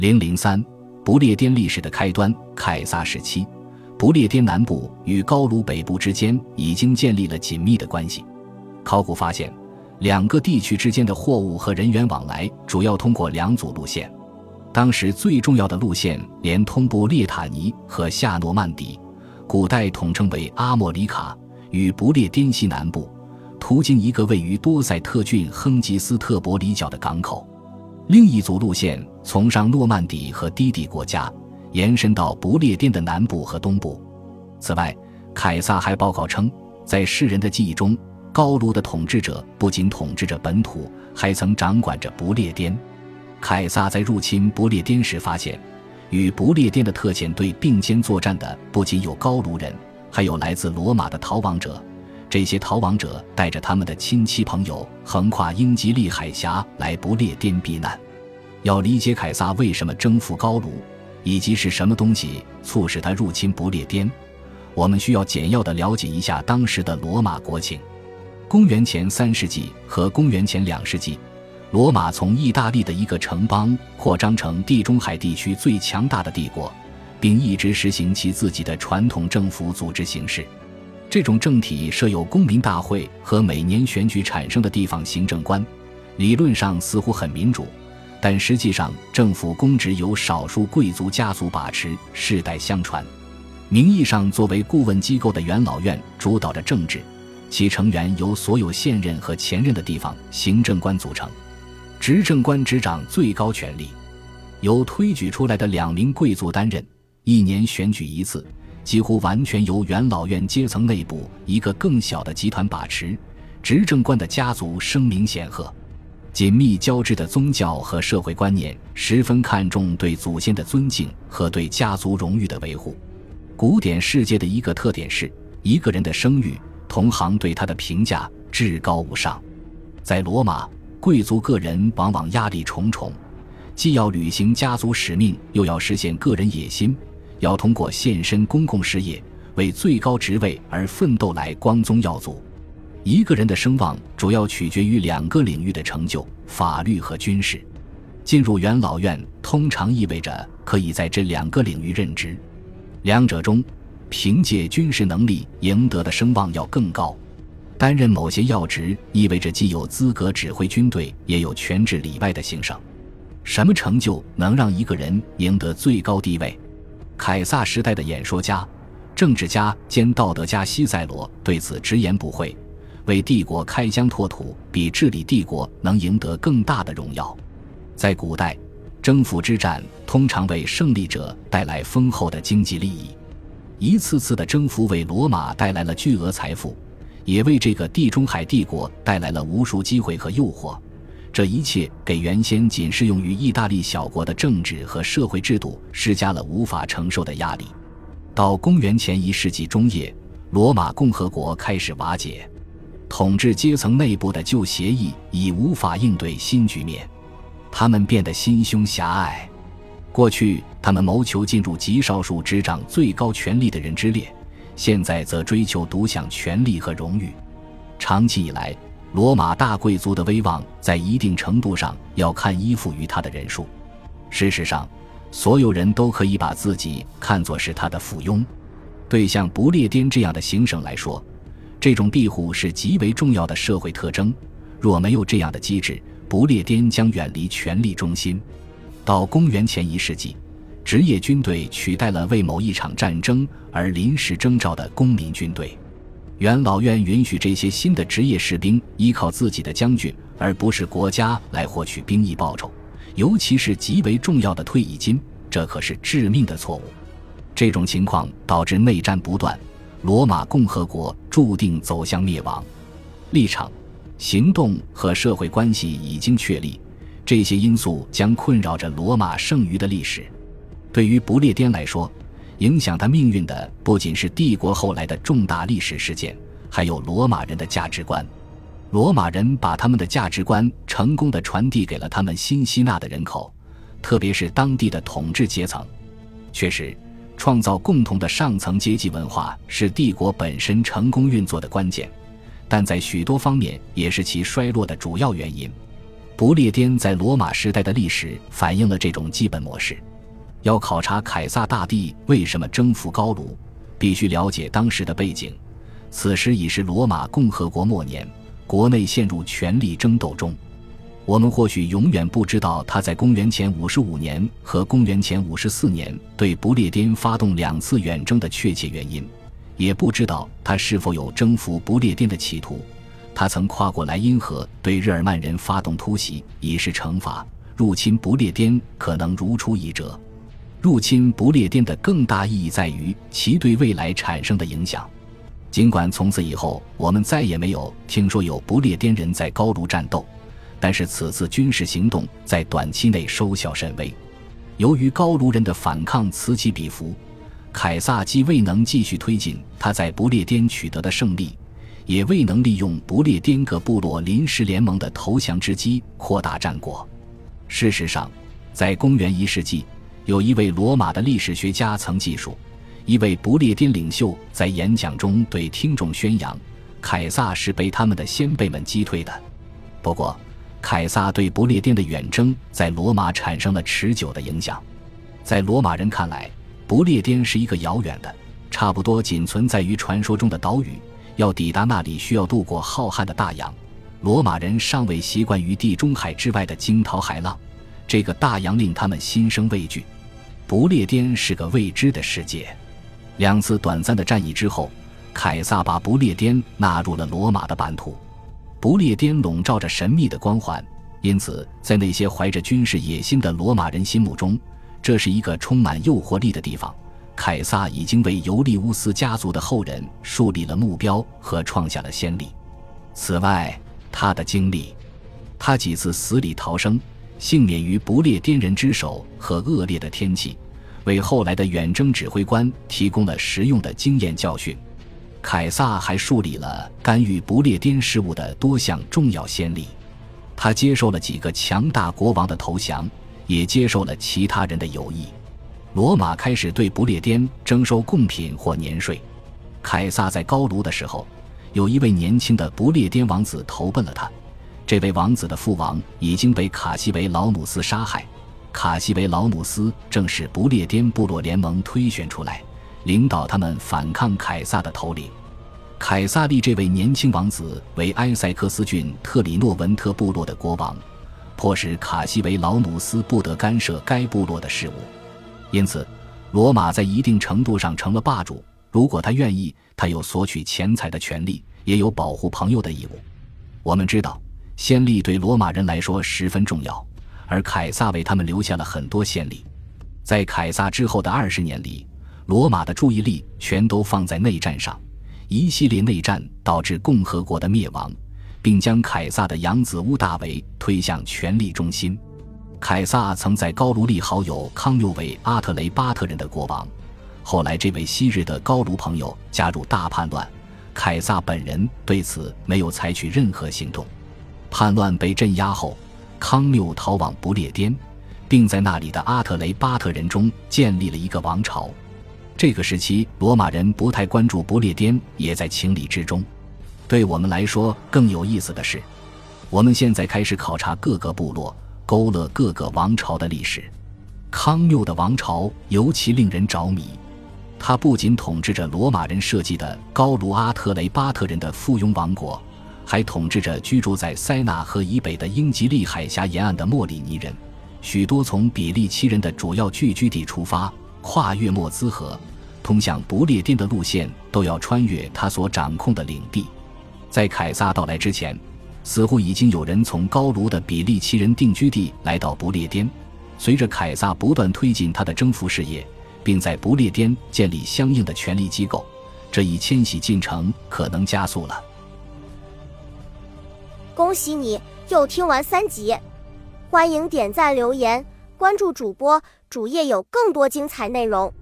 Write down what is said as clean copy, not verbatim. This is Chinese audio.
003不列颠历史的开端。凯撒时期，不列颠南部与高卢北部之间已经建立了紧密的关系。考古发现，两个地区之间的货物和人员往来主要通过两组路线。当时最重要的路线连通布列塔尼和夏诺曼底，古代统称为阿莫里卡，与不列颠西南部，途经一个位于多塞特郡亨吉斯特伯里角的港口。另一组路线从上诺曼底和低地国家，延伸到不列颠的南部和东部。此外，凯撒还报告称，在世人的记忆中，高卢的统治者不仅统治着本土，还曾掌管着不列颠。凯撒在入侵不列颠时发现，与不列颠的特遣队并肩作战的不仅有高卢人，还有来自罗马的逃亡者。这些逃亡者带着他们的亲戚朋友横跨英吉利海峡来不列颠避难。要理解凯撒为什么征服高卢，以及是什么东西促使他入侵不列颠，我们需要简要地了解一下当时的罗马国情。公元前3世纪和公元前2世纪，罗马从意大利的一个城邦扩张成地中海地区最强大的帝国，并一直实行其自己的传统政府组织形式。这种政体设有公民大会和每年选举产生的地方行政官，理论上似乎很民主，但实际上政府公职由少数贵族家族把持，世代相传。名义上作为顾问机构的元老院主导着政治，其成员由所有现任和前任的地方行政官组成，执政官执掌最高权力，由推举出来的2名贵族担任，一年选举一次，几乎完全由元老院阶层内部一个更小的集团把持。执政官的家族声名显赫，紧密交织的宗教和社会观念十分看重对祖先的尊敬和对家族荣誉的维护。古典世界的一个特点是，一个人的声誉，同行对他的评价至高无上。在罗马，贵族个人往往压力重重，既要履行家族使命，又要实现个人野心，要通过献身公共事业，为最高职位而奋斗来光宗耀祖。一个人的声望主要取决于2个领域的成就，法律和军事。进入元老院通常意味着可以在这2个领域任职，两者中凭借军事能力赢得的声望要更高。担任某些要职意味着既有资格指挥军队，也有权治里外的行省。什么成就能让一个人赢得最高地位？凯撒时代的演说家、政治家兼道德家西塞罗对此直言不讳，为帝国开疆拓土比治理帝国能赢得更大的荣耀。在古代，征服之战通常为胜利者带来丰厚的经济利益，一次次的征服为罗马带来了巨额财富，也为这个地中海帝国带来了无数机会和诱惑。这一切给原先仅适用于意大利小国的政治和社会制度施加了无法承受的压力。到公元前1世纪中叶，罗马共和国开始瓦解，统治阶层内部的旧协议已无法应对新局面，他们变得心胸狭隘。过去他们谋求进入极少数执掌最高权力的人之列，现在则追求独享权力和荣誉。长期以来，罗马大贵族的威望在一定程度上要看依附于他的人数。事实上，所有人都可以把自己看作是他的附庸。对像不列颠这样的行省来说，这种庇护是极为重要的社会特征。若没有这样的机制，不列颠将远离权力中心。到公元前1世纪，职业军队取代了为某一场战争而临时征召的公民军队。元老院允许这些新的职业士兵依靠自己的将军，而不是国家来获取兵役报酬，尤其是极为重要的退役金，这可是致命的错误。这种情况导致内战不断，罗马共和国注定走向灭亡。立场、行动和社会关系已经确立，这些因素将困扰着罗马剩余的历史。对于不列颠来说，影响他命运的不仅是帝国后来的重大历史事件，还有罗马人的价值观。罗马人把他们的价值观成功地传递给了他们新吸纳的人口，特别是当地的统治阶层。确实，创造共同的上层阶级文化是帝国本身成功运作的关键，但在许多方面也是其衰落的主要原因。 不列颠在罗马时代的历史反映了这种基本模式。要考察凯撒大帝为什么征服高卢，必须了解当时的背景。此时已是罗马共和国末年，国内陷入权力争斗中。我们或许永远不知道他在公元前55年和公元前54年对不列颠发动2次远征的确切原因，也不知道他是否有征服不列颠的企图。他曾跨过莱茵河对日耳曼人发动突袭，以示惩罚。入侵不列颠可能如出一辙。入侵不列颠的更大意义在于其对未来产生的影响。尽管从此以后我们再也没有听说有不列颠人在高卢战斗，但是此次军事行动在短期内收效甚微。由于高卢人的反抗此起彼伏，凯撒既未能继续推进他在不列颠取得的胜利，也未能利用不列颠各部落临时联盟的投降之机扩大战果。事实上，在公元1世纪，有一位罗马的历史学家曾记述，一位不列颠领袖在演讲中对听众宣扬，凯撒是被他们的先辈们击退的。不过，凯撒对不列颠的远征在罗马产生了持久的影响。在罗马人看来，不列颠是一个遥远的，差不多仅存在于传说中的岛屿，要抵达那里需要渡过浩瀚的大洋。罗马人尚未习惯于地中海之外的惊涛骇浪，这个大洋令他们心生畏惧。不列颠是个未知的世界。2次短暂的战役之后，凯撒把不列颠纳入了罗马的版图。不列颠笼罩着神秘的光环，因此在那些怀着军事野心的罗马人心目中，这是一个充满诱惑力的地方。凯撒已经为尤利乌斯家族的后人树立了目标和创下了先例。此外，他的经历，他几次死里逃生，幸免于不列颠人之手和恶劣的天气，为后来的远征指挥官提供了实用的经验教训。凯撒还树立了干预不列颠事务的多项重要先例。他接受了几个强大国王的投降，也接受了其他人的友谊。罗马开始对不列颠征收贡品或年税。凯撒在高卢的时候，有一位年轻的不列颠王子投奔了他。这位王子的父王已经被卡西维劳努斯杀害。卡西维劳努斯正是不列颠部落联盟推选出来，领导他们反抗凯撒的头领。凯撒立这位年轻王子为埃塞克斯郡特里诺文特部落的国王，迫使卡西维劳努斯不得干涉该部落的事务。因此，罗马在一定程度上成了霸主。如果他愿意，他有索取钱财的权利，也有保护朋友的义务。我们知道，先例对罗马人来说十分重要，而凯撒为他们留下了很多先例。在凯撒之后的20年里，罗马的注意力全都放在内战上，一系列内战导致共和国的灭亡，并将凯撒的养子屋大维推向权力中心。凯撒曾在高卢立好友康缪为阿特雷巴特人的国王，后来这位昔日的高卢朋友加入大叛乱，凯撒本人对此没有采取任何行动。叛乱被镇压后，康缪逃往不列颠，并在那里的阿特雷巴特人中建立了一个王朝。这个时期罗马人不太关注不列颠，也在情理之中。对我们来说更有意思的是，我们现在开始考察各个部落，勾勒各个王朝的历史。康缪的王朝尤其令人着迷，他不仅统治着罗马人设计的高卢阿特雷巴特人的附庸王国，还统治着居住在塞纳河以北的英吉利海峡沿岸的莫里尼人。许多从比利奇人的主要聚居地出发，跨越莫兹河，通向不列颠的路线都要穿越他所掌控的领地。在凯撒到来之前，似乎已经有人从高卢的比利奇人定居地来到不列颠。随着凯撒不断推进他的征服事业，并在不列颠建立相应的权力机构，这一迁徙进程可能加速了。 恭喜你又听完3集，欢迎点赞留言，关注主播，主页有更多精彩内容。